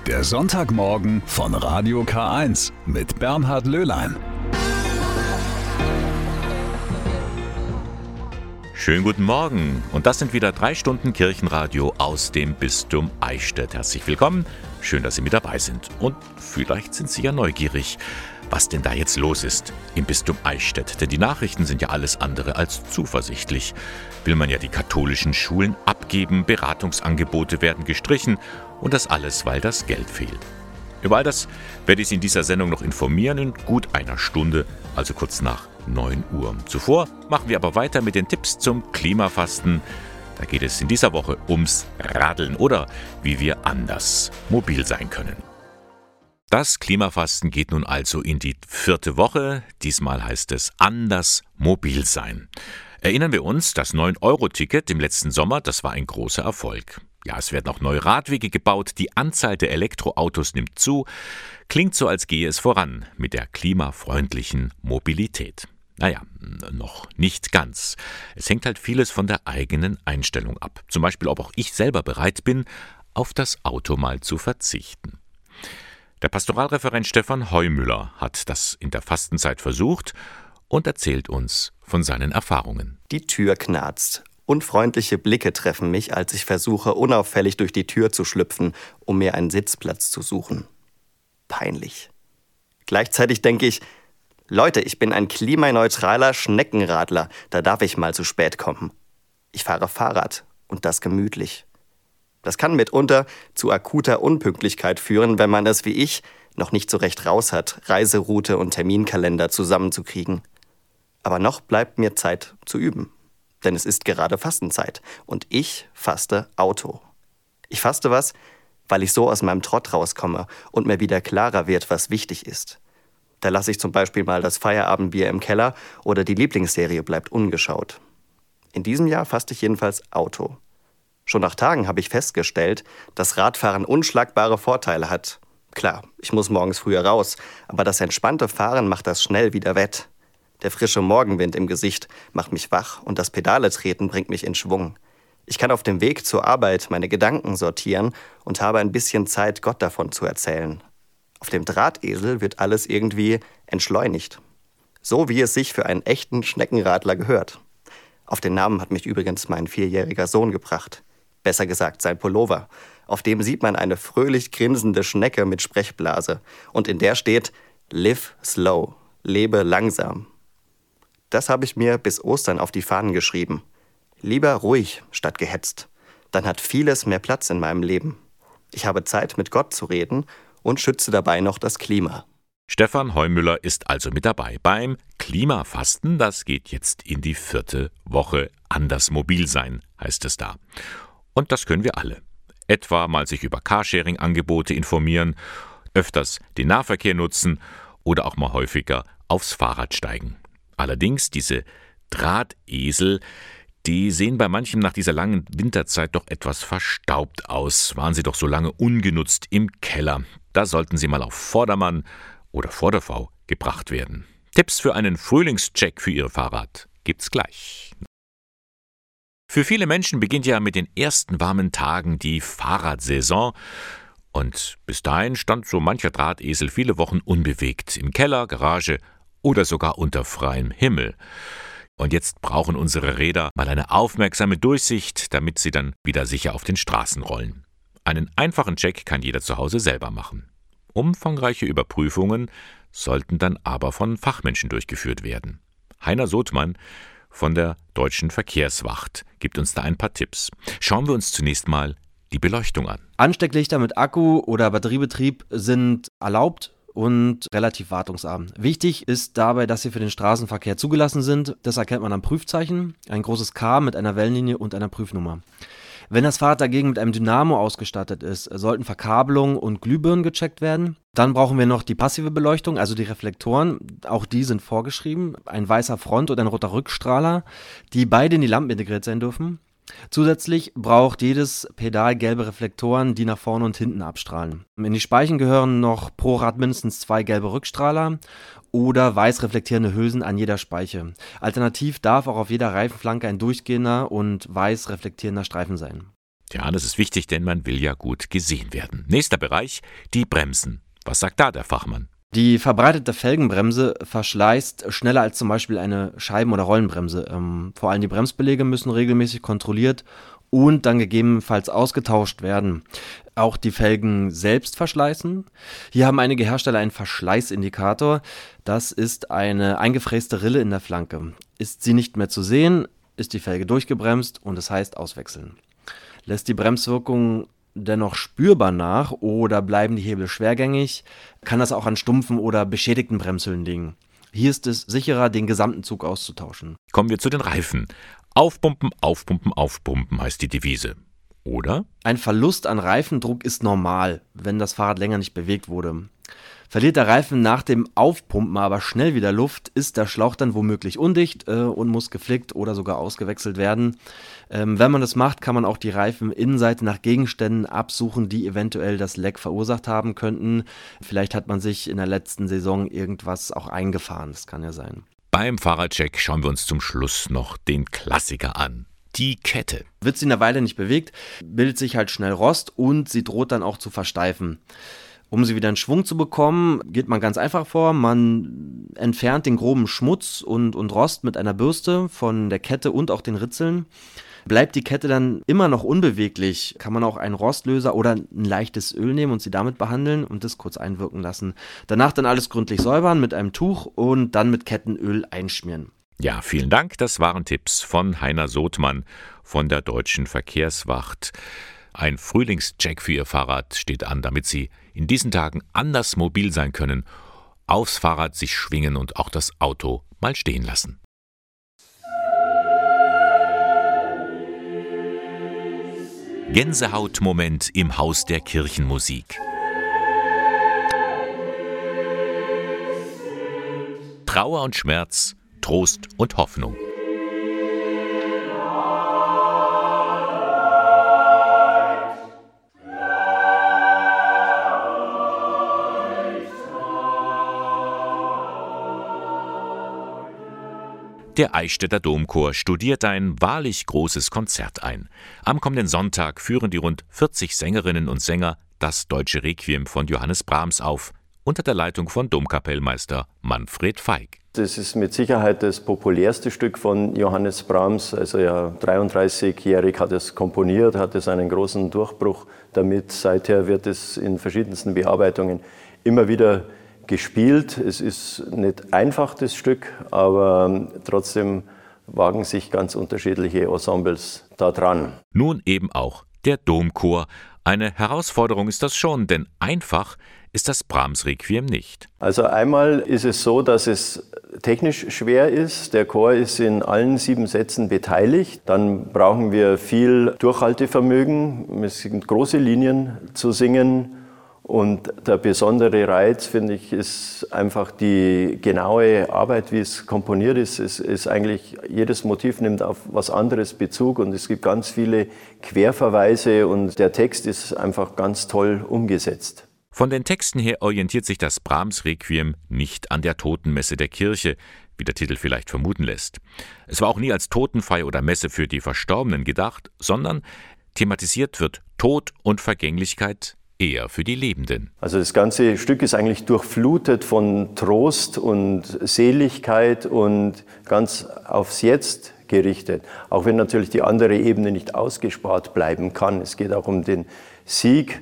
Der Sonntagmorgen von Radio K1 mit Bernhard Löhlein. Schönen guten Morgen. Und das sind wieder 3 Stunden Kirchenradio aus dem Bistum Eichstätt. Herzlich willkommen. Schön, dass Sie mit dabei sind. Und vielleicht sind Sie ja neugierig, was denn da jetzt los ist im Bistum Eichstätt. Denn die Nachrichten sind ja alles andere als zuversichtlich. Will man ja die katholischen Schulen abgeben, Beratungsangebote werden gestrichen und das alles, weil das Geld fehlt. Über all das werde ich Sie in dieser Sendung noch informieren in gut einer Stunde, also kurz nach 9 Uhr. Zuvor machen wir aber weiter mit den Tipps zum Klimafasten. Da geht es in dieser Woche ums Radeln oder wie wir anders mobil sein können. Das Klimafasten geht nun also in die 4. Woche. Diesmal heißt es anders mobil sein. Erinnern wir uns, das 9-Euro-Ticket im letzten Sommer, das war ein großer Erfolg. Ja, es werden auch neue Radwege gebaut, die Anzahl der Elektroautos nimmt zu. Klingt so, als gehe es voran mit der klimafreundlichen Mobilität. Naja, noch nicht ganz. Es hängt halt vieles von der eigenen Einstellung ab. Zum Beispiel, ob auch ich selber bereit bin, auf das Auto mal zu verzichten. Der Pastoralreferent Stefan Heumüller hat das in der Fastenzeit versucht und erzählt uns von seinen Erfahrungen. Die Tür knarzt. Unfreundliche Blicke treffen mich, als ich versuche, unauffällig durch die Tür zu schlüpfen, um mir einen Sitzplatz zu suchen. Peinlich. Gleichzeitig denke ich, Leute, ich bin ein klimaneutraler Schneckenradler, da darf ich mal zu spät kommen. Ich fahre Fahrrad und das gemütlich. Das kann mitunter zu akuter Unpünktlichkeit führen, wenn man es wie ich noch nicht so recht raus hat, Reiseroute und Terminkalender zusammenzukriegen. Aber noch bleibt mir Zeit zu üben. Denn es ist gerade Fastenzeit und ich faste Auto. Ich faste was, weil ich so aus meinem Trott rauskomme und mir wieder klarer wird, was wichtig ist. Da lasse ich zum Beispiel mal das Feierabendbier im Keller oder die Lieblingsserie bleibt ungeschaut. In diesem Jahr faste ich jedenfalls Auto. Schon nach Tagen habe ich festgestellt, dass Radfahren unschlagbare Vorteile hat. Klar, ich muss morgens früher raus, aber das entspannte Fahren macht das schnell wieder wett. Der frische Morgenwind im Gesicht macht mich wach und das Pedale-Treten bringt mich in Schwung. Ich kann auf dem Weg zur Arbeit meine Gedanken sortieren und habe ein bisschen Zeit, Gott davon zu erzählen. Auf dem Drahtesel wird alles irgendwie entschleunigt. So wie es sich für einen echten Schneckenradler gehört. Auf den Namen hat mich übrigens mein 4-jähriger Sohn gebracht. Besser gesagt sein Pullover. Auf dem sieht man eine fröhlich grinsende Schnecke mit Sprechblase. Und in der steht Live slow, lebe langsam. Das habe ich mir bis Ostern auf die Fahnen geschrieben. Lieber ruhig statt gehetzt. Dann hat vieles mehr Platz in meinem Leben. Ich habe Zeit, mit Gott zu reden und schütze dabei noch das Klima. Stefan Heumüller ist also mit dabei beim Klimafasten. Das geht jetzt in die 4. Woche. Anders mobil sein, heißt es da. Und das können wir alle. Etwa mal sich über Carsharing-Angebote informieren, öfters den Nahverkehr nutzen oder auch mal häufiger aufs Fahrrad steigen. Allerdings, diese Drahtesel, die sehen bei manchem nach dieser langen Winterzeit doch etwas verstaubt aus. Waren sie doch so lange ungenutzt im Keller. Da sollten sie mal auf Vordermann oder Vorderfrau gebracht werden. Tipps für einen Frühlingscheck für Ihr Fahrrad gibt's gleich. Für viele Menschen beginnt ja mit den ersten warmen Tagen die Fahrradsaison. Und bis dahin stand so mancher Drahtesel viele Wochen unbewegt im Keller, Garage oder sogar unter freiem Himmel. Und jetzt brauchen unsere Räder mal eine aufmerksame Durchsicht, damit sie dann wieder sicher auf den Straßen rollen. Einen einfachen Check kann jeder zu Hause selber machen. Umfangreiche Überprüfungen sollten dann aber von Fachmenschen durchgeführt werden. Heiner Sothmann von der Deutschen Verkehrswacht gibt uns da ein paar Tipps. Schauen wir uns zunächst mal die Beleuchtung an. Anstecklichter mit Akku oder Batteriebetrieb sind erlaubt und relativ wartungsarm. Wichtig ist dabei, dass sie für den Straßenverkehr zugelassen sind. Das erkennt man am Prüfzeichen, ein großes K mit einer Wellenlinie und einer Prüfnummer. Wenn das Fahrrad dagegen mit einem Dynamo ausgestattet ist, sollten Verkabelung und Glühbirnen gecheckt werden. Dann brauchen wir noch die passive Beleuchtung, also die Reflektoren. Auch die sind vorgeschrieben. Ein weißer Front- und ein roter Rückstrahler, die beide in die Lampen integriert sein dürfen. Zusätzlich braucht jedes Pedal gelbe Reflektoren, die nach vorne und hinten abstrahlen. In die Speichen gehören noch pro Rad mindestens 2 gelbe Rückstrahler oder weiß reflektierende Hülsen an jeder Speiche. Alternativ darf auch auf jeder Reifenflanke ein durchgehender und weiß reflektierender Streifen sein. Ja, das ist wichtig, denn man will ja gut gesehen werden. Nächster Bereich, die Bremsen. Was sagt da der Fachmann? Die verbreitete Felgenbremse verschleißt schneller als zum Beispiel eine Scheiben- oder Rollenbremse. Vor allem die Bremsbeläge müssen regelmäßig kontrolliert und dann gegebenenfalls ausgetauscht werden. Auch die Felgen selbst verschleißen. Hier haben einige Hersteller einen Verschleißindikator. Das ist eine eingefräste Rille in der Flanke. Ist sie nicht mehr zu sehen, ist die Felge durchgebremst und es heißt auswechseln. Lässt die Bremswirkung dennoch spürbar nach oder bleiben die Hebel schwergängig, kann das auch an stumpfen oder beschädigten Bremshüllen liegen. Hier ist es sicherer, den gesamten Zug auszutauschen. Kommen wir zu den Reifen. Aufpumpen, aufpumpen, aufpumpen heißt die Devise. Oder? Ein Verlust an Reifendruck ist normal, wenn das Fahrrad länger nicht bewegt wurde. Verliert der Reifen nach dem Aufpumpen aber schnell wieder Luft, ist der Schlauch dann womöglich undicht und muss geflickt oder sogar ausgewechselt werden. Wenn man das macht, kann man auch die Reifeninnenseite nach Gegenständen absuchen, die eventuell das Leck verursacht haben könnten. Vielleicht hat man sich in der letzten Saison irgendwas auch eingefahren, das kann ja sein. Beim Fahrradcheck schauen wir uns zum Schluss noch den Klassiker an. Die Kette. Wird sie in der Weile nicht bewegt, bildet sich halt schnell Rost und sie droht dann auch zu versteifen. Um sie wieder in Schwung zu bekommen, geht man ganz einfach vor. Man entfernt den groben Schmutz und Rost mit einer Bürste von der Kette und auch den Ritzeln. Bleibt die Kette dann immer noch unbeweglich, kann man auch einen Rostlöser oder ein leichtes Öl nehmen und sie damit behandeln und das kurz einwirken lassen. Danach dann alles gründlich säubern mit einem Tuch und dann mit Kettenöl einschmieren. Ja, vielen Dank. Das waren Tipps von Heiner Sothmann von der Deutschen Verkehrswacht. Ein Frühlingscheck für Ihr Fahrrad steht an, damit Sie in diesen Tagen anders mobil sein können, aufs Fahrrad sich schwingen und auch das Auto mal stehen lassen. Gänsehautmoment im Haus der Kirchenmusik. Trauer und Schmerz, Trost und Hoffnung. Der Eichstätter Domchor studiert ein wahrlich großes Konzert ein. Am kommenden Sonntag führen die rund 40 Sängerinnen und Sänger das deutsche Requiem von Johannes Brahms auf, unter der Leitung von Domkapellmeister Manfred Feig. Das ist mit Sicherheit das populärste Stück von Johannes Brahms. Also ja, 33-jährig hat es komponiert, hat es einen großen Durchbruch damit. Seither wird es in verschiedensten Bearbeitungen immer wieder gespielt. Es ist nicht einfach, das Stück, aber trotzdem wagen sich ganz unterschiedliche Ensembles da dran. Nun eben auch der Domchor. Eine Herausforderung ist das schon, denn einfach ist das Brahms-Requiem nicht. Also einmal ist es so, dass es technisch schwer ist. Der Chor ist in allen 7 Sätzen beteiligt. Dann brauchen wir viel Durchhaltevermögen. Es sind große Linien zu singen. Und der besondere Reiz, finde ich, ist einfach die genaue Arbeit, wie es komponiert ist. Es ist eigentlich, jedes Motiv nimmt auf was anderes Bezug und es gibt ganz viele Querverweise und der Text ist einfach ganz toll umgesetzt. Von den Texten her orientiert sich das Brahms-Requiem nicht an der Totenmesse der Kirche, wie der Titel vielleicht vermuten lässt. Es war auch nie als Totenfeier oder Messe für die Verstorbenen gedacht, sondern thematisiert wird Tod und Vergänglichkeit eher für die Lebenden. Also das ganze Stück ist eigentlich durchflutet von Trost und Seligkeit und ganz aufs Jetzt gerichtet. Auch wenn natürlich die andere Ebene nicht ausgespart bleiben kann. Es geht auch um den Sieg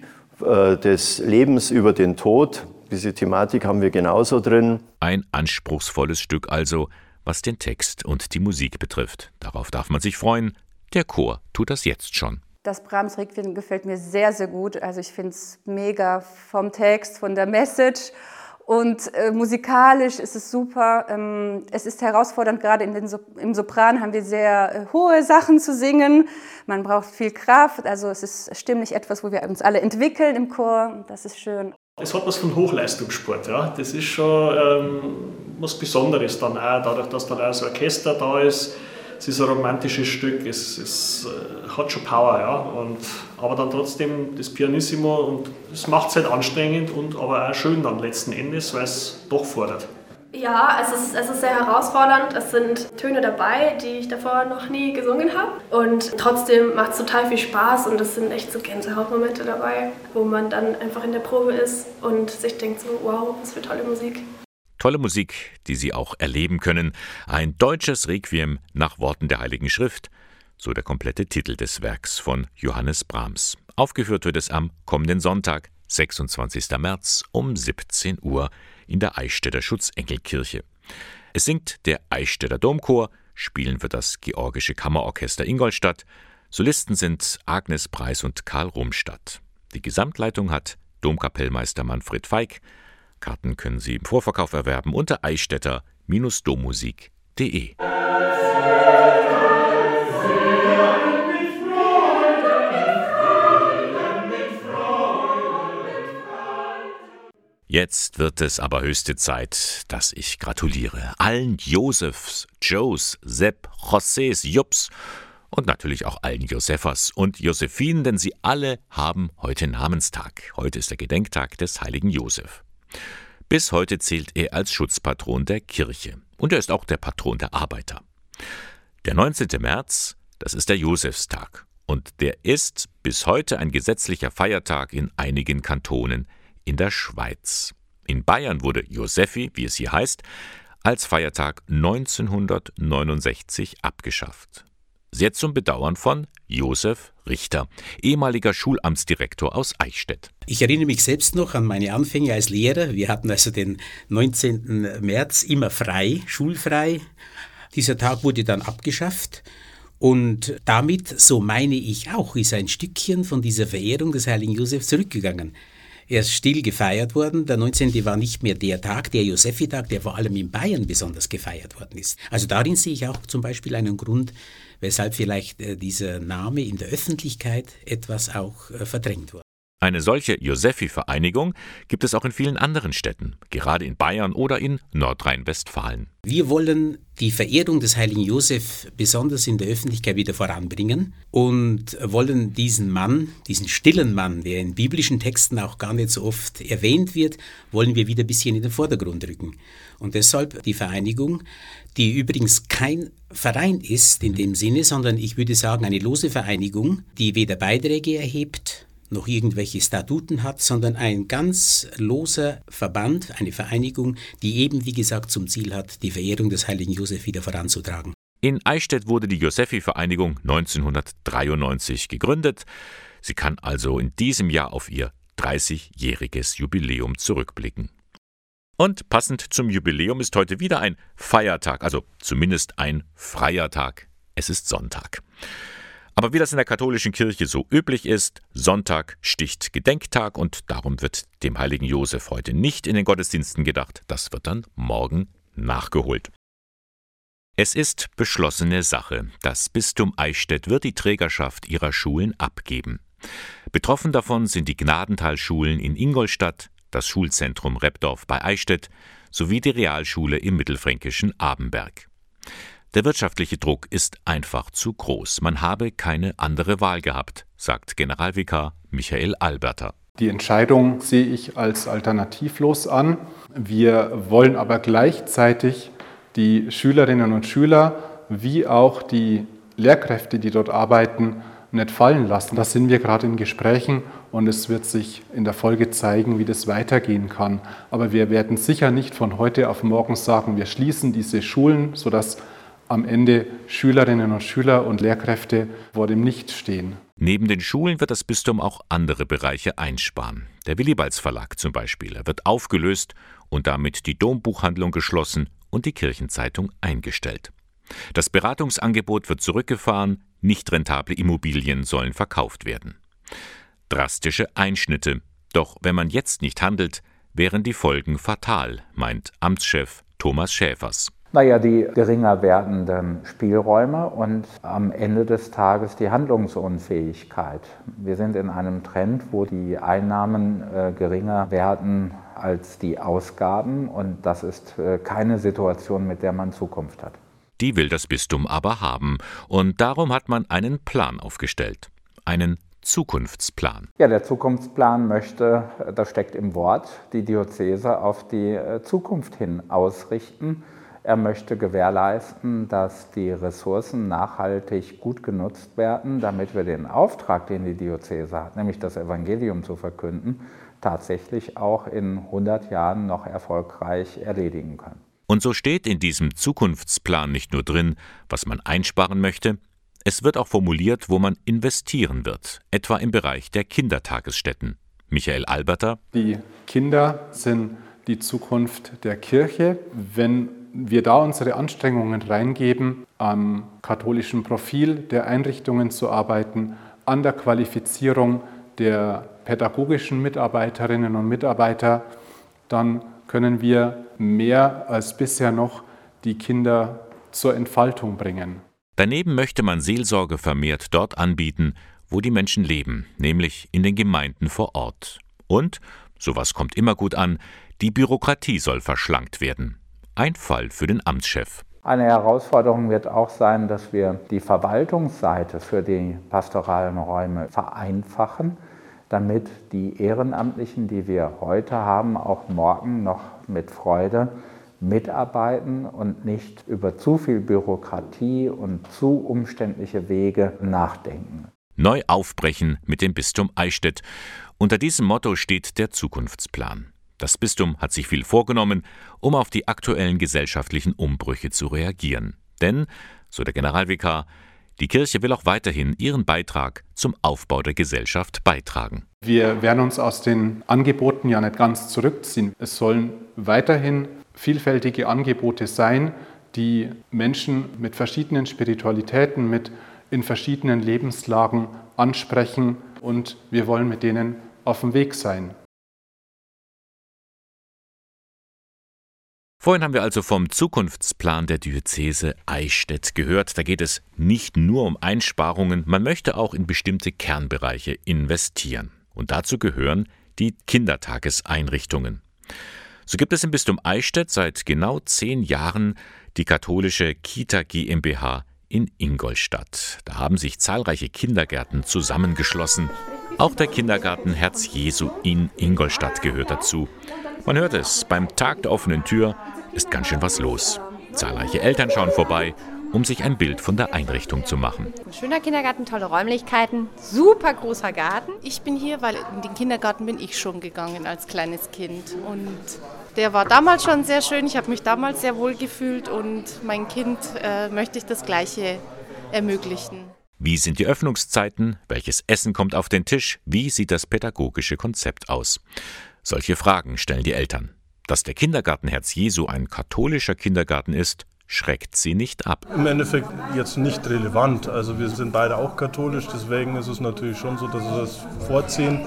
des Lebens über den Tod. Diese Thematik haben wir genauso drin. Ein anspruchsvolles Stück also, was den Text und die Musik betrifft. Darauf darf man sich freuen. Der Chor tut das jetzt schon. Das Brahms-Requiem gefällt mir sehr, sehr gut. Also ich finde es mega vom Text, von der Message und musikalisch ist es super. Es ist herausfordernd, gerade im Sopran haben wir sehr hohe Sachen zu singen. Man braucht viel Kraft, also es ist stimmlich etwas, wo wir uns alle entwickeln im Chor. Das ist schön. Es hat was von Hochleistungssport, ja. Das ist schon was Besonderes dann auch, dadurch, dass dann auch so ein Orchester da ist. Es ist ein romantisches Stück, es hat schon Power, ja. Aber dann trotzdem das Pianissimo und es macht es halt anstrengend und aber auch schön dann letzten Endes, weil es doch fordert. Ja, es ist sehr herausfordernd. Es sind Töne dabei, die ich davor noch nie gesungen habe. Und trotzdem macht es total viel Spaß und es sind echt so Gänsehautmomente dabei, wo man dann einfach in der Probe ist und sich denkt so, wow, was für tolle Musik. Tolle Musik, die Sie auch erleben können. Ein deutsches Requiem nach Worten der Heiligen Schrift. So der komplette Titel des Werks von Johannes Brahms. Aufgeführt wird es am kommenden Sonntag, 26. März um 17 Uhr in der Eichstätter Schutzengelkirche. Es singt der Eichstätter Domchor, spielen wird das Georgische Kammerorchester Ingolstadt. Solisten sind Agnes Preis und Karl Rumstadt. Die Gesamtleitung hat Domkapellmeister Manfred Feig. Karten können Sie im Vorverkauf erwerben unter eichstätter-dommusik.de. Jetzt wird es aber höchste Zeit, dass ich gratuliere allen Josefs, Joes, Sepp, Josés, Jups und natürlich auch allen Josephas und Josephinen, denn sie alle haben heute Namenstag. Heute ist der Gedenktag des heiligen Josef. Bis heute zählt er als Schutzpatron der Kirche und er ist auch der Patron der Arbeiter. Der 19. März, das ist der Josefstag und der ist bis heute ein gesetzlicher Feiertag in einigen Kantonen in der Schweiz. In Bayern wurde Josephi, wie es hier heißt, als Feiertag 1969 abgeschafft. Sehr zum Bedauern von Josef Richter, ehemaliger Schulamtsdirektor aus Eichstätt. Ich erinnere mich selbst noch an meine Anfänge als Lehrer. Wir hatten also den 19. März immer frei, schulfrei. Dieser Tag wurde dann abgeschafft. Und damit, so meine ich auch, ist ein Stückchen von dieser Verehrung des heiligen Josef zurückgegangen. Er ist still gefeiert worden. Der 19. war nicht mehr der Tag, der Josephi-Tag, der vor allem in Bayern besonders gefeiert worden ist. Also darin sehe ich auch zum Beispiel einen Grund, weshalb vielleicht dieser Name in der Öffentlichkeit etwas auch verdrängt wurde. Eine solche Josephi-Vereinigung gibt es auch in vielen anderen Städten, gerade in Bayern oder in Nordrhein-Westfalen. Wir wollen die Verehrung des heiligen Josef besonders in der Öffentlichkeit wieder voranbringen und wollen diesen Mann, diesen stillen Mann, der in biblischen Texten auch gar nicht so oft erwähnt wird, wollen wir wieder ein bisschen in den Vordergrund rücken. Und deshalb die Vereinigung, die übrigens kein Verein ist in dem Sinne, sondern ich würde sagen eine lose Vereinigung, die weder Beiträge erhebt, noch irgendwelche Statuten hat, sondern ein ganz loser Verband, eine Vereinigung, die eben, wie gesagt, zum Ziel hat, die Verehrung des heiligen Josef wieder voranzutragen. In Eichstätt wurde die Josephi-Vereinigung 1993 gegründet. Sie kann also in diesem Jahr auf ihr 30-jähriges Jubiläum zurückblicken. Und passend zum Jubiläum ist heute wieder ein Feiertag, also zumindest ein freier Tag. Es ist Sonntag. Aber wie das in der katholischen Kirche so üblich ist, Sonntag sticht Gedenktag und darum wird dem heiligen Josef heute nicht in den Gottesdiensten gedacht. Das wird dann morgen nachgeholt. Es ist beschlossene Sache. Das Bistum Eichstätt wird die Trägerschaft ihrer Schulen abgeben. Betroffen davon sind die Gnadentalschulen in Ingolstadt, das Schulzentrum Repdorf bei Eichstätt sowie die Realschule im mittelfränkischen Abenberg. Der wirtschaftliche Druck ist einfach zu groß. Man habe keine andere Wahl gehabt, sagt Generalvikar Michael Alberter. Die Entscheidung sehe ich als alternativlos an. Wir wollen aber gleichzeitig die Schülerinnen und Schüler wie auch die Lehrkräfte, die dort arbeiten, nicht fallen lassen. Da sind wir gerade in Gesprächen und es wird sich in der Folge zeigen, wie das weitergehen kann. Aber wir werden sicher nicht von heute auf morgen sagen, wir schließen diese Schulen, sodass am Ende Schülerinnen und Schüler und Lehrkräfte vor dem Nichts stehen. Neben den Schulen wird das Bistum auch andere Bereiche einsparen. Der Willibalds Verlag zum Beispiel, er wird aufgelöst und damit die Dombuchhandlung geschlossen und die Kirchenzeitung eingestellt. Das Beratungsangebot wird zurückgefahren, nicht rentable Immobilien sollen verkauft werden. Drastische Einschnitte. Doch wenn man jetzt nicht handelt, wären die Folgen fatal, meint Amtschef Thomas Schäfers. Die geringer werdenden Spielräume und am Ende des Tages die Handlungsunfähigkeit. Wir sind in einem Trend, wo die Einnahmen geringer werden als die Ausgaben und das ist keine Situation, mit der man Zukunft hat. Die will das Bistum aber haben und darum hat man einen Plan aufgestellt. Einen Zukunftsplan. Ja, der Zukunftsplan möchte, das steckt im Wort, die Diözese auf die Zukunft hin ausrichten. Er möchte gewährleisten, dass die Ressourcen nachhaltig gut genutzt werden, damit wir den Auftrag, den die Diözese hat, nämlich das Evangelium zu verkünden, tatsächlich auch in 100 Jahren noch erfolgreich erledigen können. Und so steht in diesem Zukunftsplan nicht nur drin, was man einsparen möchte, es wird auch formuliert, wo man investieren wird, etwa im Bereich der Kindertagesstätten. Michael Alberter: Die Kinder sind die Zukunft der Kirche. Wenn wir da unsere Anstrengungen reingeben, am katholischen Profil der Einrichtungen zu arbeiten, an der Qualifizierung der pädagogischen Mitarbeiterinnen und Mitarbeiter, dann können wir mehr als bisher noch die Kinder zur Entfaltung bringen. Daneben möchte man Seelsorge vermehrt dort anbieten, wo die Menschen leben, nämlich in den Gemeinden vor Ort. Und, sowas kommt immer gut an, die Bürokratie soll verschlankt werden. Ein Fall für den Amtschef. Eine Herausforderung wird auch sein, dass wir die Verwaltungsseite für die pastoralen Räume vereinfachen, damit die Ehrenamtlichen, die wir heute haben, auch morgen noch mit Freude mitarbeiten und nicht über zu viel Bürokratie und zu umständliche Wege nachdenken. Neu aufbrechen mit dem Bistum Eichstätt. Unter diesem Motto steht der Zukunftsplan. Das Bistum hat sich viel vorgenommen, um auf die aktuellen gesellschaftlichen Umbrüche zu reagieren. Denn, so der Generalvikar, die Kirche will auch weiterhin ihren Beitrag zum Aufbau der Gesellschaft beitragen. Wir werden uns aus den Angeboten ja nicht ganz zurückziehen. Es sollen weiterhin vielfältige Angebote sein, die Menschen mit verschiedenen Spiritualitäten, in verschiedenen Lebenslagen ansprechen, und wir wollen mit denen auf dem Weg sein. Vorhin haben wir also vom Zukunftsplan der Diözese Eichstätt gehört. Da geht es nicht nur um Einsparungen, man möchte auch in bestimmte Kernbereiche investieren. Und dazu gehören die Kindertageseinrichtungen. So gibt es im Bistum Eichstätt seit genau 10 Jahren die katholische Kita GmbH in Ingolstadt. Da haben sich zahlreiche Kindergärten zusammengeschlossen. Auch der Kindergarten Herz Jesu in Ingolstadt gehört dazu. Man hört es, beim Tag der offenen Tür ist ganz schön was los. Zahlreiche Eltern schauen vorbei, um sich ein Bild von der Einrichtung zu machen. Ein schöner Kindergarten, tolle Räumlichkeiten, super großer Garten. Ich bin hier, weil in den Kindergarten bin ich schon gegangen als kleines Kind. Und der war damals schon sehr schön, ich habe mich damals sehr wohl gefühlt und mein Kind möchte ich das Gleiche ermöglichen. Wie sind die Öffnungszeiten? Welches Essen kommt auf den Tisch? Wie sieht das pädagogische Konzept aus? Solche Fragen stellen die Eltern. Dass der Kindergarten Herz Jesu ein katholischer Kindergarten ist, schreckt sie nicht ab. Im Endeffekt jetzt nicht relevant. Also wir sind beide auch katholisch, deswegen ist es natürlich schon so, dass wir das vorziehen.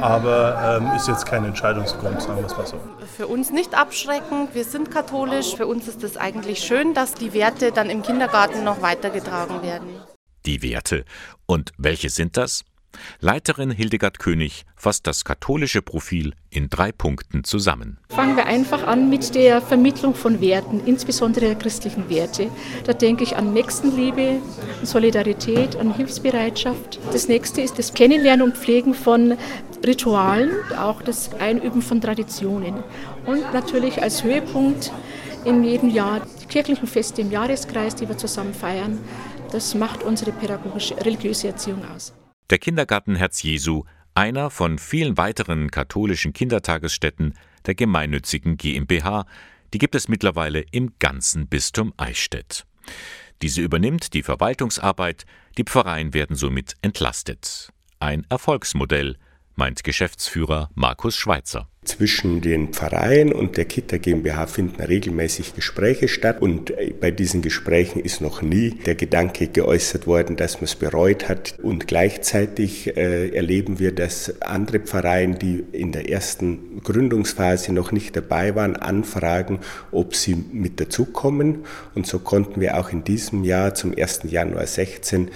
Aber ist jetzt kein Entscheidungsgrund, sagen wir es mal so. Für uns nicht abschreckend, wir sind katholisch. Für uns ist es eigentlich schön, dass die Werte dann im Kindergarten noch weitergetragen werden. Die Werte. Und welche sind das? Leiterin Hildegard König fasst das katholische Profil in 3 Punkten zusammen. Fangen wir einfach an mit der Vermittlung von Werten, insbesondere der christlichen Werte. Da denke ich an Nächstenliebe, an Solidarität, an Hilfsbereitschaft. Das nächste ist das Kennenlernen und Pflegen von Ritualen, auch das Einüben von Traditionen. Und natürlich als Höhepunkt in jedem Jahr die kirchlichen Feste im Jahreskreis, die wir zusammen feiern. Das macht unsere pädagogische, religiöse Erziehung aus. Der Kindergarten Herz Jesu, einer von vielen weiteren katholischen Kindertagesstätten der gemeinnützigen GmbH, die gibt es mittlerweile im ganzen Bistum Eichstätt. Diese übernimmt die Verwaltungsarbeit, die Pfarreien werden somit entlastet. Ein Erfolgsmodell, meint Geschäftsführer Markus Schweitzer. Zwischen den Pfarreien und der Kita GmbH finden regelmäßig Gespräche statt und bei diesen Gesprächen ist noch nie der Gedanke geäußert worden, dass man es bereut hat. Und gleichzeitig erleben wir, dass andere Pfarreien, die in der ersten Gründungsphase noch nicht dabei waren, anfragen, ob sie mit dazukommen. Und so konnten wir auch in diesem Jahr zum 1. Januar 2016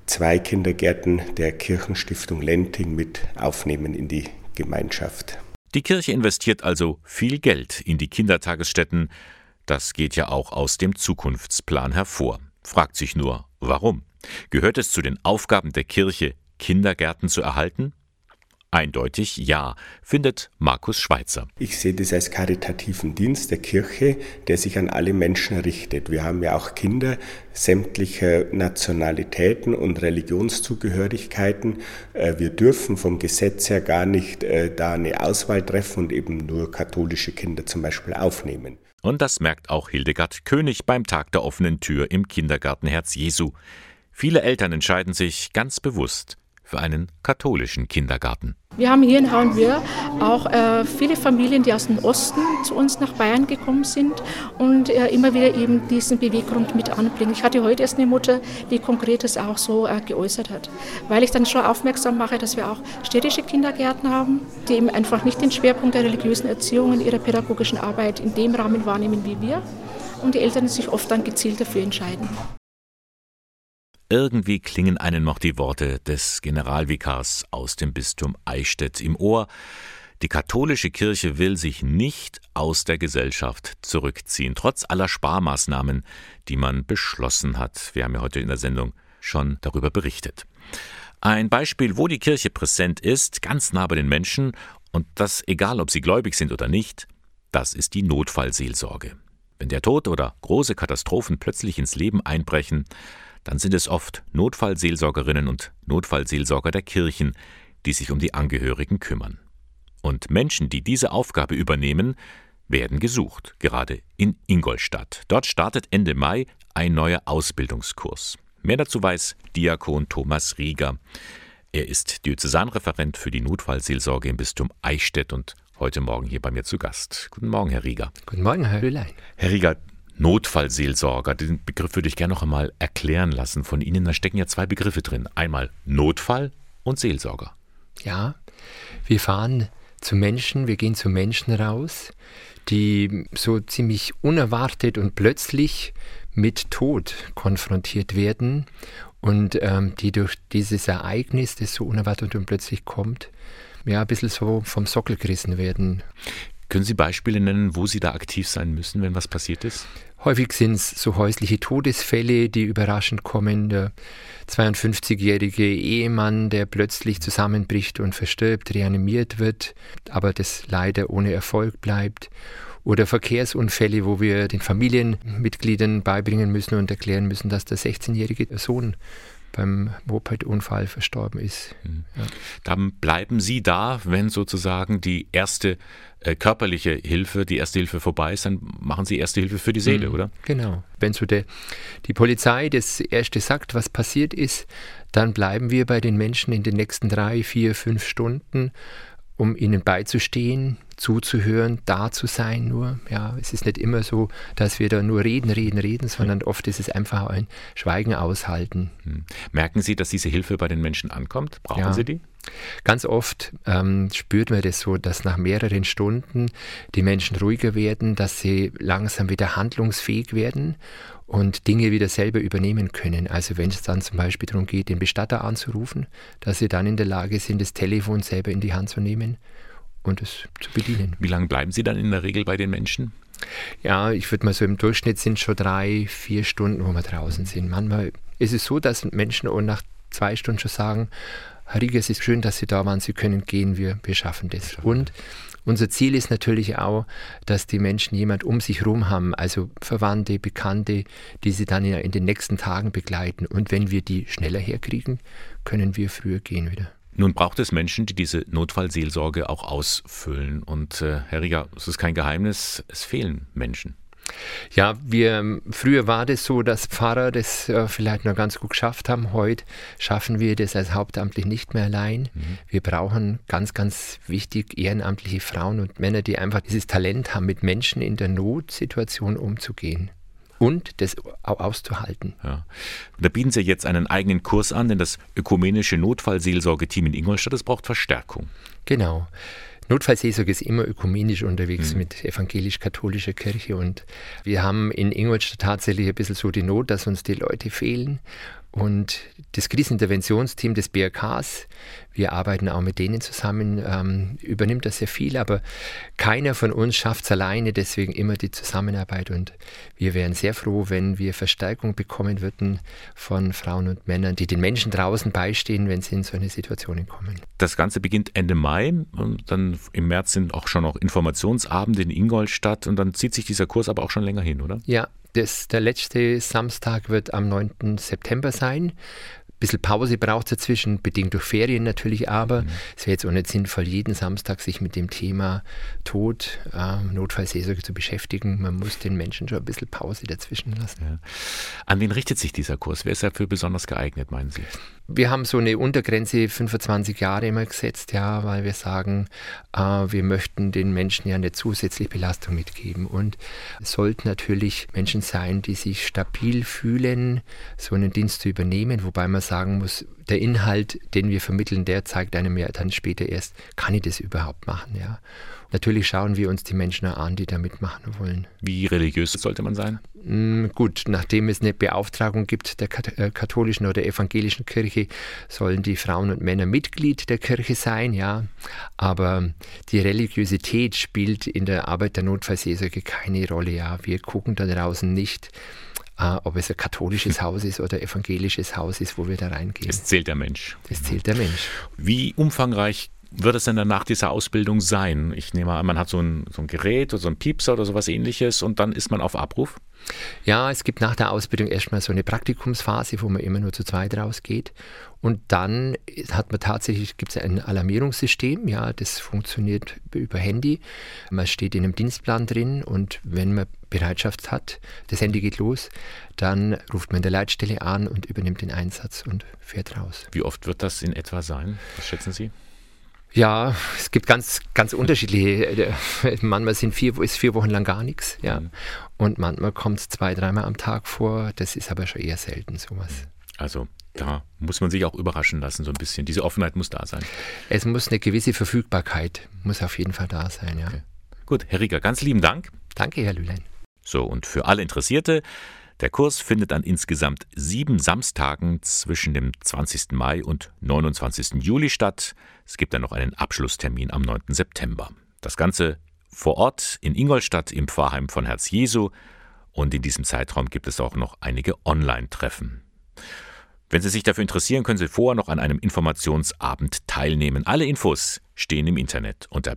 2 Kindergärten der Kirchenstiftung Lenting mit aufnehmen in die Gemeinschaft. Die Kirche investiert also viel Geld in die Kindertagesstätten. Das geht ja auch aus dem Zukunftsplan hervor. Fragt sich nur, warum? Gehört es zu den Aufgaben der Kirche, Kindergärten zu erhalten? Eindeutig ja, findet Markus Schweitzer. Ich sehe das als karitativen Dienst der Kirche, der sich an alle Menschen richtet. Wir haben ja auch Kinder sämtlicher Nationalitäten und Religionszugehörigkeiten. Wir dürfen vom Gesetz her gar nicht da eine Auswahl treffen und eben nur katholische Kinder zum Beispiel aufnehmen. Und das merkt auch Hildegard König beim Tag der offenen Tür im Kindergarten Herz Jesu. Viele Eltern entscheiden sich ganz bewusst für einen katholischen Kindergarten. Wir haben hier in Hauenwöhr auch viele Familien, die aus dem Osten zu uns nach Bayern gekommen sind und immer wieder eben diesen Beweggrund mit anbringen. Ich hatte heute erst eine Mutter, die konkret das auch so geäußert hat, weil ich dann schon aufmerksam mache, dass wir auch städtische Kindergärten haben, die eben einfach nicht den Schwerpunkt der religiösen Erziehung in ihrer pädagogischen Arbeit in dem Rahmen wahrnehmen wie wir und die Eltern sich oft dann gezielt dafür entscheiden. Irgendwie klingen einem noch die Worte des Generalvikars aus dem Bistum Eichstätt im Ohr. Die katholische Kirche will sich nicht aus der Gesellschaft zurückziehen, trotz aller Sparmaßnahmen, die man beschlossen hat. Wir haben ja heute in der Sendung schon darüber berichtet. Ein Beispiel, wo die Kirche präsent ist, ganz nah bei den Menschen, und das egal, ob sie gläubig sind oder nicht, das ist die Notfallseelsorge. Wenn der Tod oder große Katastrophen plötzlich ins Leben einbrechen, dann sind es oft Notfallseelsorgerinnen und Notfallseelsorger der Kirchen, die sich um die Angehörigen kümmern. Und Menschen, die diese Aufgabe übernehmen, werden gesucht, gerade in Ingolstadt. Dort startet Ende Mai ein neuer Ausbildungskurs. Mehr dazu weiß Diakon Thomas Rieger. Er ist Diözesanreferent für die Notfallseelsorge im Bistum Eichstätt und heute Morgen hier bei mir zu Gast. Guten Morgen, Herr Rieger. Guten Morgen, Herr Löhlein. Herr Rieger, Notfallseelsorger, den Begriff würde ich gerne noch einmal erklären lassen von Ihnen. Da stecken ja zwei Begriffe drin. Einmal Notfall und Seelsorger. Ja, wir fahren zu Menschen, wir gehen zu Menschen raus, die so ziemlich unerwartet und plötzlich mit Tod konfrontiert werden und die durch dieses Ereignis, das so unerwartet und plötzlich kommt, ja, ein bisschen so vom Sockel gerissen werden. Können Sie Beispiele nennen, wo Sie da aktiv sein müssen, wenn was passiert ist? Häufig sind es so häusliche Todesfälle, die überraschend kommen. Der 52-jährige Ehemann, der plötzlich zusammenbricht und verstirbt, reanimiert wird, aber das leider ohne Erfolg bleibt. Oder Verkehrsunfälle, wo wir den Familienmitgliedern beibringen müssen und erklären müssen, dass der 16-jährige Sohn beim Moped-Unfall verstorben ist. Ja. Dann bleiben Sie da, wenn sozusagen die erste körperliche Hilfe, die erste Hilfe vorbei ist, dann machen Sie erste Hilfe für die Seele, oder? Genau. Wenn so die Polizei das Erste sagt, was passiert ist, dann bleiben wir bei den Menschen in den nächsten 3, 4, 5 Stunden, um ihnen beizustehen, zuzuhören, da zu sein nur. Ja, es ist nicht immer so, dass wir da nur reden, sondern oft ist es einfach ein Schweigen aushalten. Merken Sie, dass diese Hilfe bei den Menschen ankommt? Brauchen Sie die? Ganz oft spürt man das so, dass nach mehreren Stunden die Menschen ruhiger werden, dass sie langsam wieder handlungsfähig werden und Dinge wieder selber übernehmen können. Also wenn es dann zum Beispiel darum geht, den Bestatter anzurufen, dass sie dann in der Lage sind, das Telefon selber in die Hand zu nehmen und es zu bedienen. Wie lange bleiben Sie dann in der Regel bei den Menschen? Ja, ich würde mal so im Durchschnitt sind schon 3, 4 Stunden, wo wir draußen sind. Manchmal ist es so, dass Menschen auch nach 2 Stunden schon sagen, Herr Rieger, es ist schön, dass Sie da waren, Sie können gehen, wir schaffen das. Und unser Ziel ist natürlich auch, dass die Menschen jemand um sich herum haben, also Verwandte, Bekannte, die sie dann in den nächsten Tagen begleiten. Und wenn wir die schneller herkriegen, können wir früher gehen wieder. Nun braucht es Menschen, die diese Notfallseelsorge auch ausfüllen. Und Herr Rieger, es ist kein Geheimnis, es fehlen Menschen. Ja, früher war das so, dass Pfarrer das vielleicht noch ganz gut geschafft haben. Heute schaffen wir das als hauptamtlich nicht mehr allein. Wir brauchen ganz, ganz wichtig ehrenamtliche Frauen und Männer, die einfach dieses Talent haben, mit Menschen in der Notsituation umzugehen. Und das auch auszuhalten. Ja. Da bieten Sie jetzt einen eigenen Kurs an, denn das ökumenische Notfallseelsorgeteam in Ingolstadt, das braucht Verstärkung. Genau. Notfallseelsorge ist immer ökumenisch unterwegs mit evangelisch-katholischer Kirche und wir haben in Ingolstadt tatsächlich ein bisschen so die Not, dass uns die Leute fehlen Und das Kriseninterventionsteam des BRKs, wir arbeiten auch mit denen zusammen, übernimmt das sehr viel, aber keiner von uns schafft es alleine, deswegen immer die Zusammenarbeit. Und wir wären sehr froh, wenn wir Verstärkung bekommen würden von Frauen und Männern, die den Menschen draußen beistehen, wenn sie in so eine Situation kommen. Das Ganze beginnt Ende Mai und dann im März sind auch schon noch Informationsabende in Ingolstadt und dann zieht sich dieser Kurs aber auch schon länger hin, oder? Ja. Der letzte Samstag wird am 9. September sein. Ein bisschen Pause braucht es dazwischen, bedingt durch Ferien natürlich, aber es wäre jetzt auch nicht sinnvoll, jeden Samstag sich mit dem Thema Tod, Notfallseelsorge zu beschäftigen. Man muss den Menschen schon ein bisschen Pause dazwischen lassen. Ja. An wen richtet sich dieser Kurs? Wer ist dafür besonders geeignet, meinen Sie? Wir haben so eine Untergrenze 25 Jahre immer gesetzt, ja, weil wir sagen, wir möchten den Menschen ja eine zusätzliche Belastung mitgeben. Und es sollten natürlich Menschen sein, die sich stabil fühlen, so einen Dienst zu übernehmen, wobei man sagen muss, der Inhalt, den wir vermitteln, der zeigt einem ja dann später erst, kann ich das überhaupt machen, ja. Natürlich schauen wir uns die Menschen an, die da mitmachen wollen. Wie religiös sollte man sein? Gut, nachdem es eine Beauftragung gibt der katholischen oder evangelischen Kirche, sollen die Frauen und Männer Mitglied der Kirche sein, ja. Aber die Religiosität spielt in der Arbeit der Notfallseelsorge keine Rolle, ja. Wir gucken da draußen nicht, ob es ein katholisches Haus ist oder evangelisches Haus ist, wo wir da reingehen. Es zählt der Mensch. Es zählt der Mensch. Wie umfangreich wird es denn dann nach dieser Ausbildung sein? Ich nehme an, man hat so ein Gerät oder so ein Piepser oder sowas Ähnliches und dann ist man auf Abruf? Ja, es gibt nach der Ausbildung erstmal so eine Praktikumsphase, wo man immer nur zu zweit rausgeht. Und dann hat man tatsächlich, gibt es ein Alarmierungssystem, ja, das funktioniert über Handy. Man steht in einem Dienstplan drin und wenn man Bereitschaft hat, das Handy geht los, dann ruft man in der Leitstelle an und übernimmt den Einsatz und fährt raus. Wie oft wird das in etwa sein? Was schätzen Sie? Ja, es gibt ganz unterschiedliche. Manchmal ist 4 Wochen lang gar nichts, ja. Und manchmal kommt es 2-3 Mal am Tag vor. Das ist aber schon eher selten, sowas. Also da muss man sich auch überraschen lassen, so ein bisschen. Diese Offenheit muss da sein. Es muss eine gewisse Verfügbarkeit, muss auf jeden Fall da sein, ja. Okay. Gut, Herr Rieger, ganz lieben Dank. Danke, Herr Lülein. So, und für alle Interessierte, der Kurs findet an insgesamt 7 Samstagen zwischen dem 20. Mai und 29. Juli statt. Es gibt dann noch einen Abschlusstermin am 9. September. Das Ganze vor Ort in Ingolstadt im Pfarrheim von Herz Jesu. Und in diesem Zeitraum gibt es auch noch einige Online-Treffen. Wenn Sie sich dafür interessieren, können Sie vorher noch an einem Informationsabend teilnehmen. Alle Infos stehen im Internet unter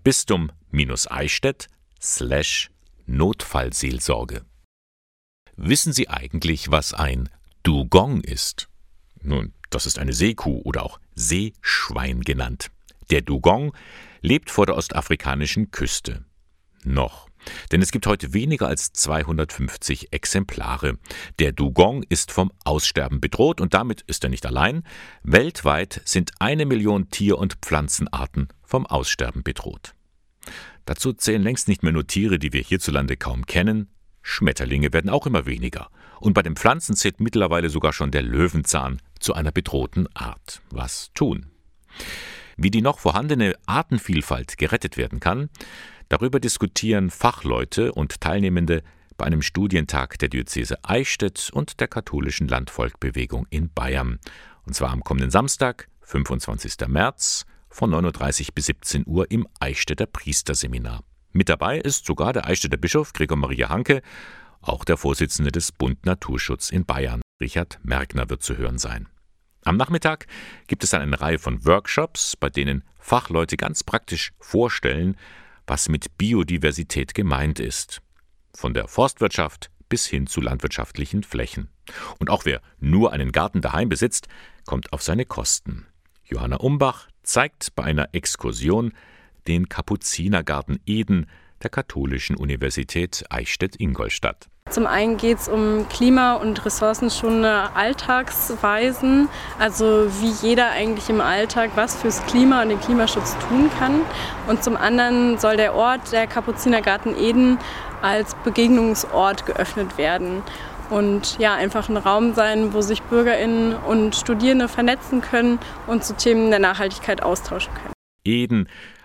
bistum-eichstätt/Notfallseelsorge. Wissen Sie eigentlich, was ein Dugong ist? Nun, das ist eine Seekuh oder auch Seeschwein genannt. Der Dugong lebt vor der ostafrikanischen Küste. Noch. Denn es gibt heute weniger als 250 Exemplare. Der Dugong ist vom Aussterben bedroht und damit ist er nicht allein. Weltweit sind 1 Million Tier- und Pflanzenarten vom Aussterben bedroht. Dazu zählen längst nicht mehr nur Tiere, die wir hierzulande kaum kennen. Schmetterlinge werden auch immer weniger. Und bei den Pflanzen zählt mittlerweile sogar schon der Löwenzahn zu einer bedrohten Art. Was tun? Wie die noch vorhandene Artenvielfalt gerettet werden kann, darüber diskutieren Fachleute und Teilnehmende bei einem Studientag der Diözese Eichstätt und der katholischen Landvolkbewegung in Bayern. Und zwar am kommenden Samstag, 25. März, von 9.30 Uhr bis 17 Uhr im Eichstätter Priesterseminar. Mit dabei ist sogar der Eichstätter Bischof Gregor Maria Hanke, auch der Vorsitzende des Bund Naturschutz in Bayern, Richard Merkner, wird zu hören sein. Am Nachmittag gibt es dann eine Reihe von Workshops, bei denen Fachleute ganz praktisch vorstellen, was mit Biodiversität gemeint ist. Von der Forstwirtschaft bis hin zu landwirtschaftlichen Flächen. Und auch wer nur einen Garten daheim besitzt, kommt auf seine Kosten. Johanna Umbach zeigt bei einer Exkursion den Kapuzinergarten Eden der Katholischen Universität Eichstätt-Ingolstadt. Zum einen geht es um klima- und ressourcenschonende Alltagsweisen, also wie jeder eigentlich im Alltag was fürs Klima und den Klimaschutz tun kann. Und zum anderen soll der Ort, der Kapuzinergarten Eden, als Begegnungsort geöffnet werden. Und ja, einfach ein Raum sein, wo sich BürgerInnen und Studierende vernetzen können und zu Themen der Nachhaltigkeit austauschen können. Eden,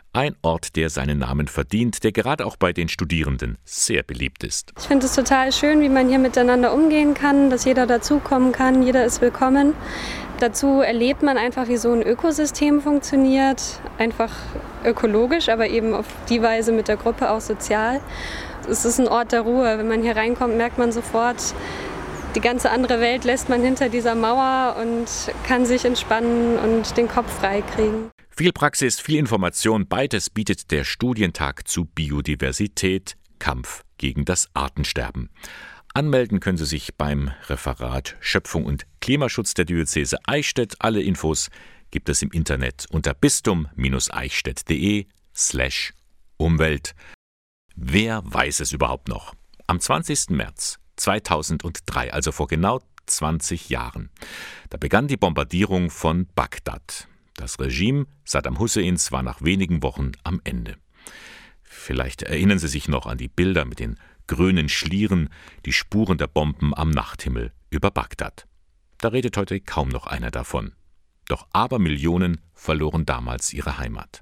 Ein Ort, der seinen Namen verdient, der gerade auch bei den Studierenden sehr beliebt ist. Ich finde es total schön, wie man hier miteinander umgehen kann, dass jeder dazukommen kann, jeder ist willkommen. Dazu erlebt man einfach, wie so ein Ökosystem funktioniert, einfach ökologisch, aber eben auf die Weise mit der Gruppe auch sozial. Es ist ein Ort der Ruhe. Wenn man hier reinkommt, merkt man sofort, die ganze andere Welt lässt man hinter dieser Mauer und kann sich entspannen und den Kopf frei kriegen. Viel Praxis, viel Information, beides bietet der Studientag zu Biodiversität, Kampf gegen das Artensterben. Anmelden können Sie sich beim Referat Schöpfung und Klimaschutz der Diözese Eichstätt. Alle Infos gibt es im Internet unter bistum-eichstätt.de/Umwelt. Wer weiß es überhaupt noch? Am 20. März 2003, also vor genau 20 Jahren, da begann die Bombardierung von Bagdad. Das Regime Saddam Husseins war nach wenigen Wochen am Ende. Vielleicht erinnern Sie sich noch an die Bilder mit den grünen Schlieren, die Spuren der Bomben am Nachthimmel über Bagdad. Da redet heute kaum noch einer davon. Doch Abermillionen verloren damals ihre Heimat.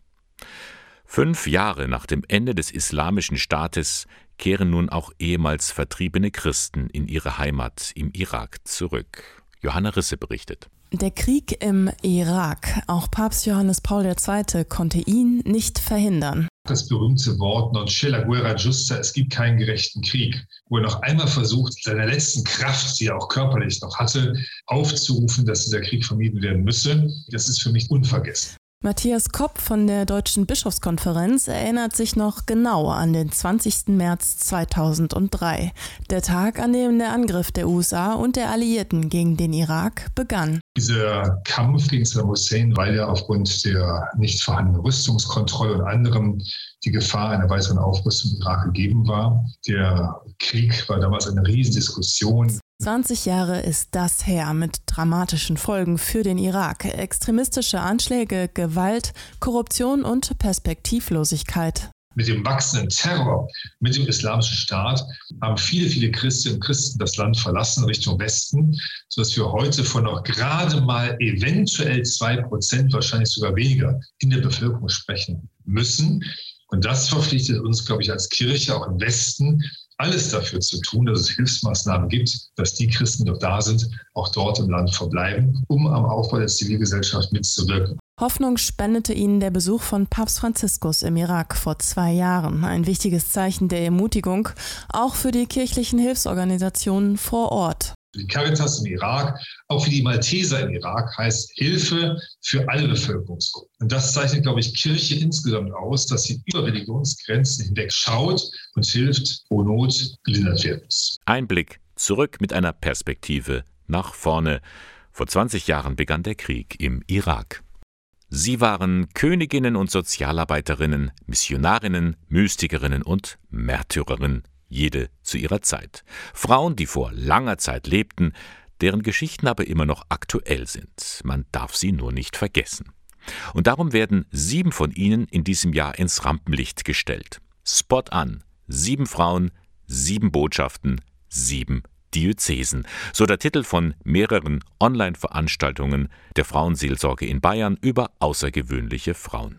5 Jahre nach dem Ende des Islamischen Staates kehren nun auch ehemals vertriebene Christen in ihre Heimat im Irak zurück. Johanna Risse berichtet. Der Krieg im Irak, auch Papst Johannes Paul II. Konnte ihn nicht verhindern. Das berühmte Wort non c'è la guerra giusta, es gibt keinen gerechten Krieg, wo er noch einmal versucht, seiner letzten Kraft, die er auch körperlich noch hatte, aufzurufen, dass dieser Krieg vermieden werden müsse. Das ist für mich unvergessen. Matthias Kopp von der Deutschen Bischofskonferenz erinnert sich noch genau an den 20. März 2003, der Tag, an dem der Angriff der USA und der Alliierten gegen den Irak begann. Dieser Kampf gegen Saddam Hussein, weil ja aufgrund der nicht vorhandenen Rüstungskontrolle und anderem die Gefahr einer weiteren Aufrüstung im Irak gegeben war. Der Krieg war damals eine Riesendiskussion. 20 Jahre ist das her, mit dramatischen Folgen für den Irak. Extremistische Anschläge, Gewalt, Korruption und Perspektivlosigkeit. Mit dem wachsenden Terror, mit dem Islamischen Staat haben viele, viele Christinnen und Christen das Land verlassen Richtung Westen, sodass wir heute von noch gerade mal eventuell 2%, wahrscheinlich sogar weniger, in der Bevölkerung sprechen müssen. Und das verpflichtet uns, glaube ich, als Kirche auch im Westen, alles dafür zu tun, dass es Hilfsmaßnahmen gibt, dass die Christen, die noch da sind, auch dort im Land verbleiben, um am Aufbau der Zivilgesellschaft mitzuwirken. Hoffnung spendete ihnen der Besuch von Papst Franziskus im Irak vor 2 Jahren. Ein wichtiges Zeichen der Ermutigung, auch für die kirchlichen Hilfsorganisationen vor Ort. Die Caritas im Irak, auch für die Malteser im Irak, heißt Hilfe für alle Bevölkerungsgruppen. Und das zeichnet, glaube ich, Kirche insgesamt aus, dass sie über Religionsgrenzen hinweg schaut und hilft, wo Not gelindert werden muss. Ein Blick zurück mit einer Perspektive nach vorne. Vor 20 Jahren begann der Krieg im Irak. Sie waren Königinnen und Sozialarbeiterinnen, Missionarinnen, Mystikerinnen und Märtyrerinnen. Jede zu ihrer Zeit. Frauen, die vor langer Zeit lebten, deren Geschichten aber immer noch aktuell sind. Man darf sie nur nicht vergessen. Und darum werden 7 von ihnen in diesem Jahr ins Rampenlicht gestellt. Spot an. 7 Frauen, 7 Botschaften, 7 Diözesen. So der Titel von mehreren Online-Veranstaltungen der Frauenseelsorge in Bayern über außergewöhnliche Frauen.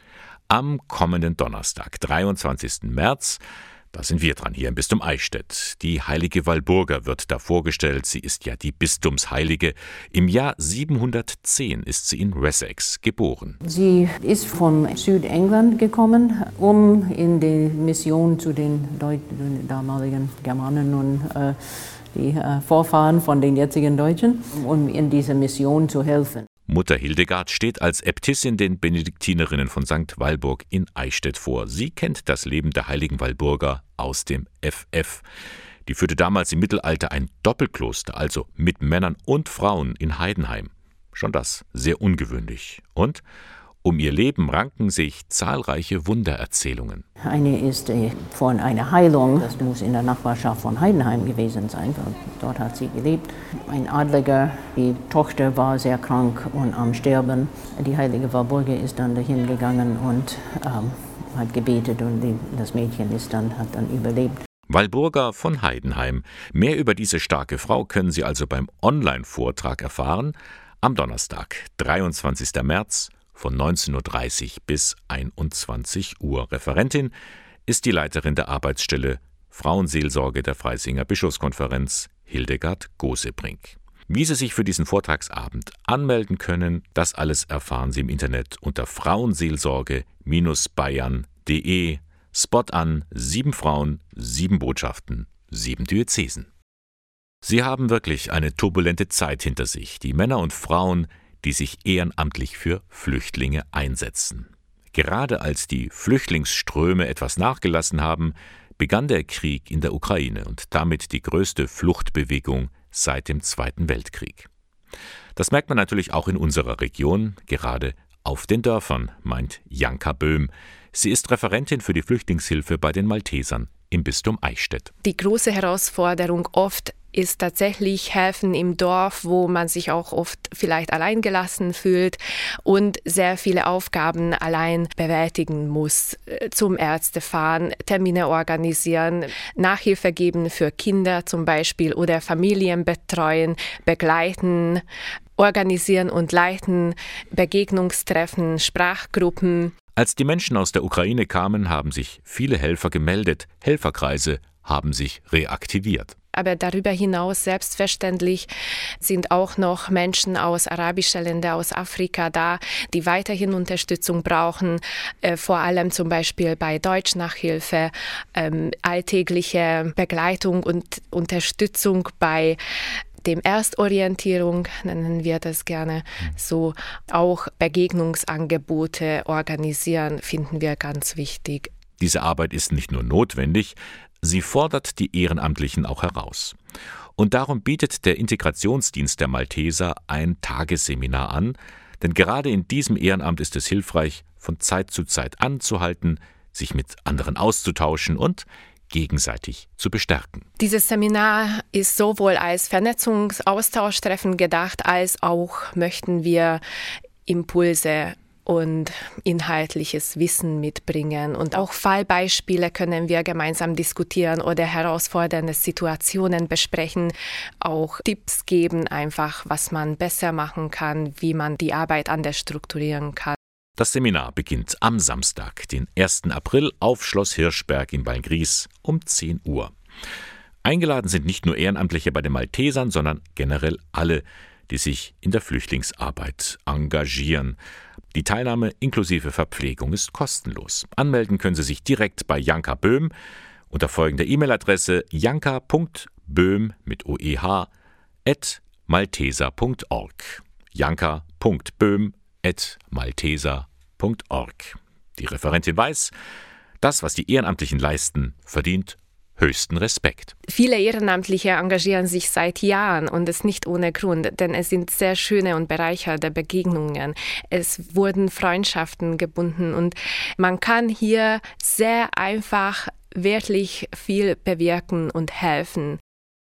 Am kommenden Donnerstag, 23. März, da sind wir dran hier im Bistum Eichstätt. Die heilige Walburga wird da vorgestellt. Sie ist ja die Bistumsheilige. Im Jahr 710 ist sie in Wessex geboren. Sie ist von Südengland gekommen, um in die Mission zu den damaligen Germanen und die Vorfahren von den jetzigen Deutschen, um in dieser Mission zu helfen. Mutter Hildegard steht als Äbtissin den Benediktinerinnen von St. Walburg in Eichstätt vor. Sie kennt das Leben der heiligen Walburga aus dem FF. Die führte damals im Mittelalter ein Doppelkloster, also mit Männern und Frauen in Heidenheim. Schon das sehr ungewöhnlich. Und um ihr Leben ranken sich zahlreiche Wundererzählungen. Eine ist von einer Heilung, das muss in der Nachbarschaft von Heidenheim gewesen sein, dort hat sie gelebt. Ein Adliger, die Tochter war sehr krank und am Sterben. Die heilige Walburga ist dann dahin gegangen und hat gebetet und das Mädchen hat dann überlebt. Walburga von Heidenheim. Mehr über diese starke Frau können Sie also beim Online-Vortrag erfahren. Am Donnerstag, 23. März, von 19:30 Uhr bis 21 Uhr. Referentin ist die Leiterin der Arbeitsstelle Frauenseelsorge der Freisinger Bischofskonferenz, Hildegard Gosebrink. Wie Sie sich für diesen Vortragsabend anmelden können, das alles erfahren Sie im Internet unter frauenseelsorge-bayern.de. Spot an, 7 Frauen, 7 Botschaften, 7 Diözesen. Sie haben wirklich eine turbulente Zeit hinter sich, die Männer und Frauen, die sich ehrenamtlich für Flüchtlinge einsetzen. Gerade als die Flüchtlingsströme etwas nachgelassen haben, begann der Krieg in der Ukraine und damit die größte Fluchtbewegung seit dem Zweiten Weltkrieg. Das merkt man natürlich auch in unserer Region, gerade auf den Dörfern, meint Janka Böhm. Sie ist Referentin für die Flüchtlingshilfe bei den Maltesern im Bistum Eichstätt. Die große Herausforderung oft ist tatsächlich helfen im Dorf, wo man sich auch oft vielleicht alleingelassen fühlt und sehr viele Aufgaben allein bewältigen muss. Zum Ärzte fahren, Termine organisieren, Nachhilfe geben für Kinder zum Beispiel oder Familien betreuen, begleiten, organisieren und leiten, Begegnungstreffen, Sprachgruppen. Als die Menschen aus der Ukraine kamen, haben sich viele Helfer gemeldet. Helferkreise haben sich reaktiviert. Aber darüber hinaus selbstverständlich sind auch noch Menschen aus arabischen Ländern, aus Afrika da, die weiterhin Unterstützung brauchen, vor allem zum Beispiel bei Deutschnachhilfe, alltägliche Begleitung und Unterstützung bei dem Erstorientierung, nennen wir das gerne so, auch Begegnungsangebote organisieren, finden wir ganz wichtig. Diese Arbeit ist nicht nur notwendig, sie fordert die Ehrenamtlichen auch heraus. Und darum bietet der Integrationsdienst der Malteser ein Tagesseminar an, denn gerade in diesem Ehrenamt ist es hilfreich, von Zeit zu Zeit anzuhalten, sich mit anderen auszutauschen und gegenseitig zu bestärken. Dieses Seminar ist sowohl als Vernetzungsaustausch-Treffen gedacht, als auch möchten wir Impulse und inhaltliches Wissen mitbringen. Und auch Fallbeispiele können wir gemeinsam diskutieren oder herausfordernde Situationen besprechen, auch Tipps geben, einfach was man besser machen kann, wie man die Arbeit anders strukturieren kann. Das Seminar beginnt am Samstag, den 1. April, auf Schloss Hirschberg in Beilngries um 10 Uhr. Eingeladen sind nicht nur Ehrenamtliche bei den Maltesern, sondern generell alle, die sich in der Flüchtlingsarbeit engagieren. Die Teilnahme inklusive Verpflegung ist kostenlos. Anmelden können Sie sich direkt bei Janka Böhm unter folgender E-Mail-Adresse janka.böhm mit oeh@malteser.org. janka.böhm@malteser.org. Die Referentin weiß, das, was die Ehrenamtlichen leisten, verdient höchsten Respekt. Viele Ehrenamtliche engagieren sich seit Jahren und es nicht ohne Grund, denn es sind sehr schöne und bereichernde Begegnungen. Es wurden Freundschaften gebunden und man kann hier sehr einfach wirklich viel bewirken und helfen.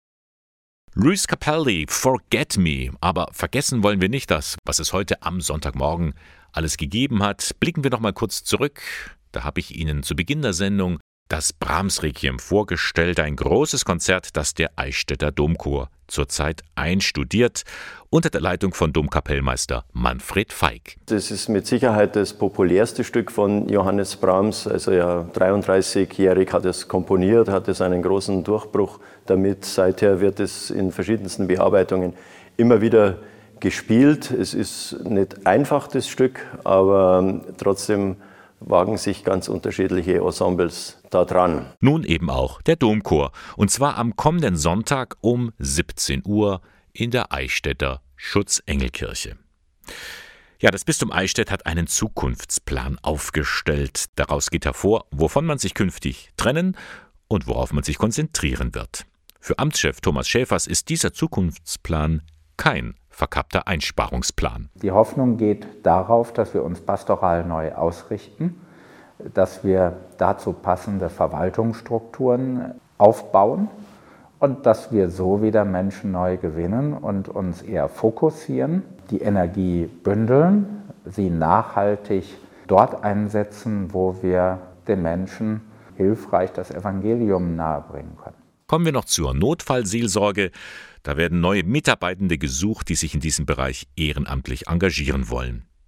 Luis Capaldi, Forget Me. Aber vergessen wollen wir nicht das, was es heute am Sonntagmorgen alles gegeben hat. Blicken wir noch mal kurz zurück. Da habe ich Ihnen zu Beginn der Sendung das Brahms-Requiem vorgestellt, ein großes Konzert, das der Eichstätter Domchor zurzeit einstudiert, unter der Leitung von Domkapellmeister Manfred Feig. Das ist mit Sicherheit das populärste Stück von Johannes Brahms. Also ja, 33-jährig hat es komponiert, hat es einen großen Durchbruch damit. Seither wird es in verschiedensten Bearbeitungen immer wieder gespielt. Es ist nicht einfach, das Stück, aber trotzdem wagen sich ganz unterschiedliche Ensembles da dran. Nun eben auch der Domchor, und zwar am kommenden Sonntag um 17 Uhr in der Eichstätter Schutzengelkirche. Ja, das Bistum Eichstätt hat einen Zukunftsplan aufgestellt. Daraus geht hervor, wovon man sich künftig trennen und worauf man sich konzentrieren wird. Für Amtschef Thomas Schäfers ist dieser Zukunftsplan kein verkappter Einsparungsplan. Die Hoffnung geht darauf, dass wir uns pastoral neu ausrichten, dass wir dazu passende Verwaltungsstrukturen aufbauen und dass wir so wieder Menschen neu gewinnen und uns eher fokussieren, die Energie bündeln, sie nachhaltig dort einsetzen, wo wir den Menschen hilfreich das Evangelium nahebringen können. Kommen wir noch zur Notfallseelsorge. Da werden neue Mitarbeitende gesucht, die sich in diesem Bereich ehrenamtlich engagieren wollen.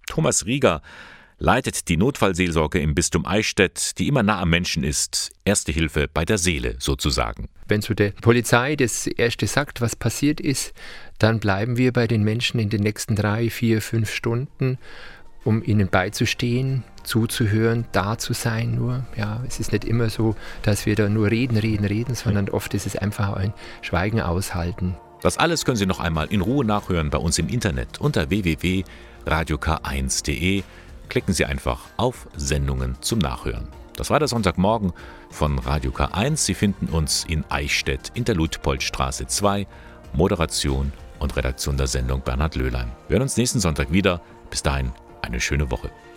Thomas Rieger leitet die Notfallseelsorge im Bistum Eichstätt, die immer nah am Menschen ist. Erste Hilfe bei der Seele sozusagen. Wenn so der Polizei das Erste sagt, was passiert ist, dann bleiben wir bei den Menschen in den nächsten 3, 4, 5 Stunden, um ihnen beizustehen, zuzuhören, da zu sein nur. Ja, es ist nicht immer so, dass wir da nur reden, sondern oft ist es einfach ein Schweigen aushalten. Das alles können Sie noch einmal in Ruhe nachhören bei uns im Internet unter www.radiok1.de. Klicken Sie einfach auf Sendungen zum Nachhören. Das war der Sonntagmorgen von Radio K1. Sie finden uns in Eichstätt in der Luitpoldstraße 2. Moderation und Redaktion der Sendung Bernhard Löhlein. Wir hören uns nächsten Sonntag wieder. Bis dahin eine schöne Woche.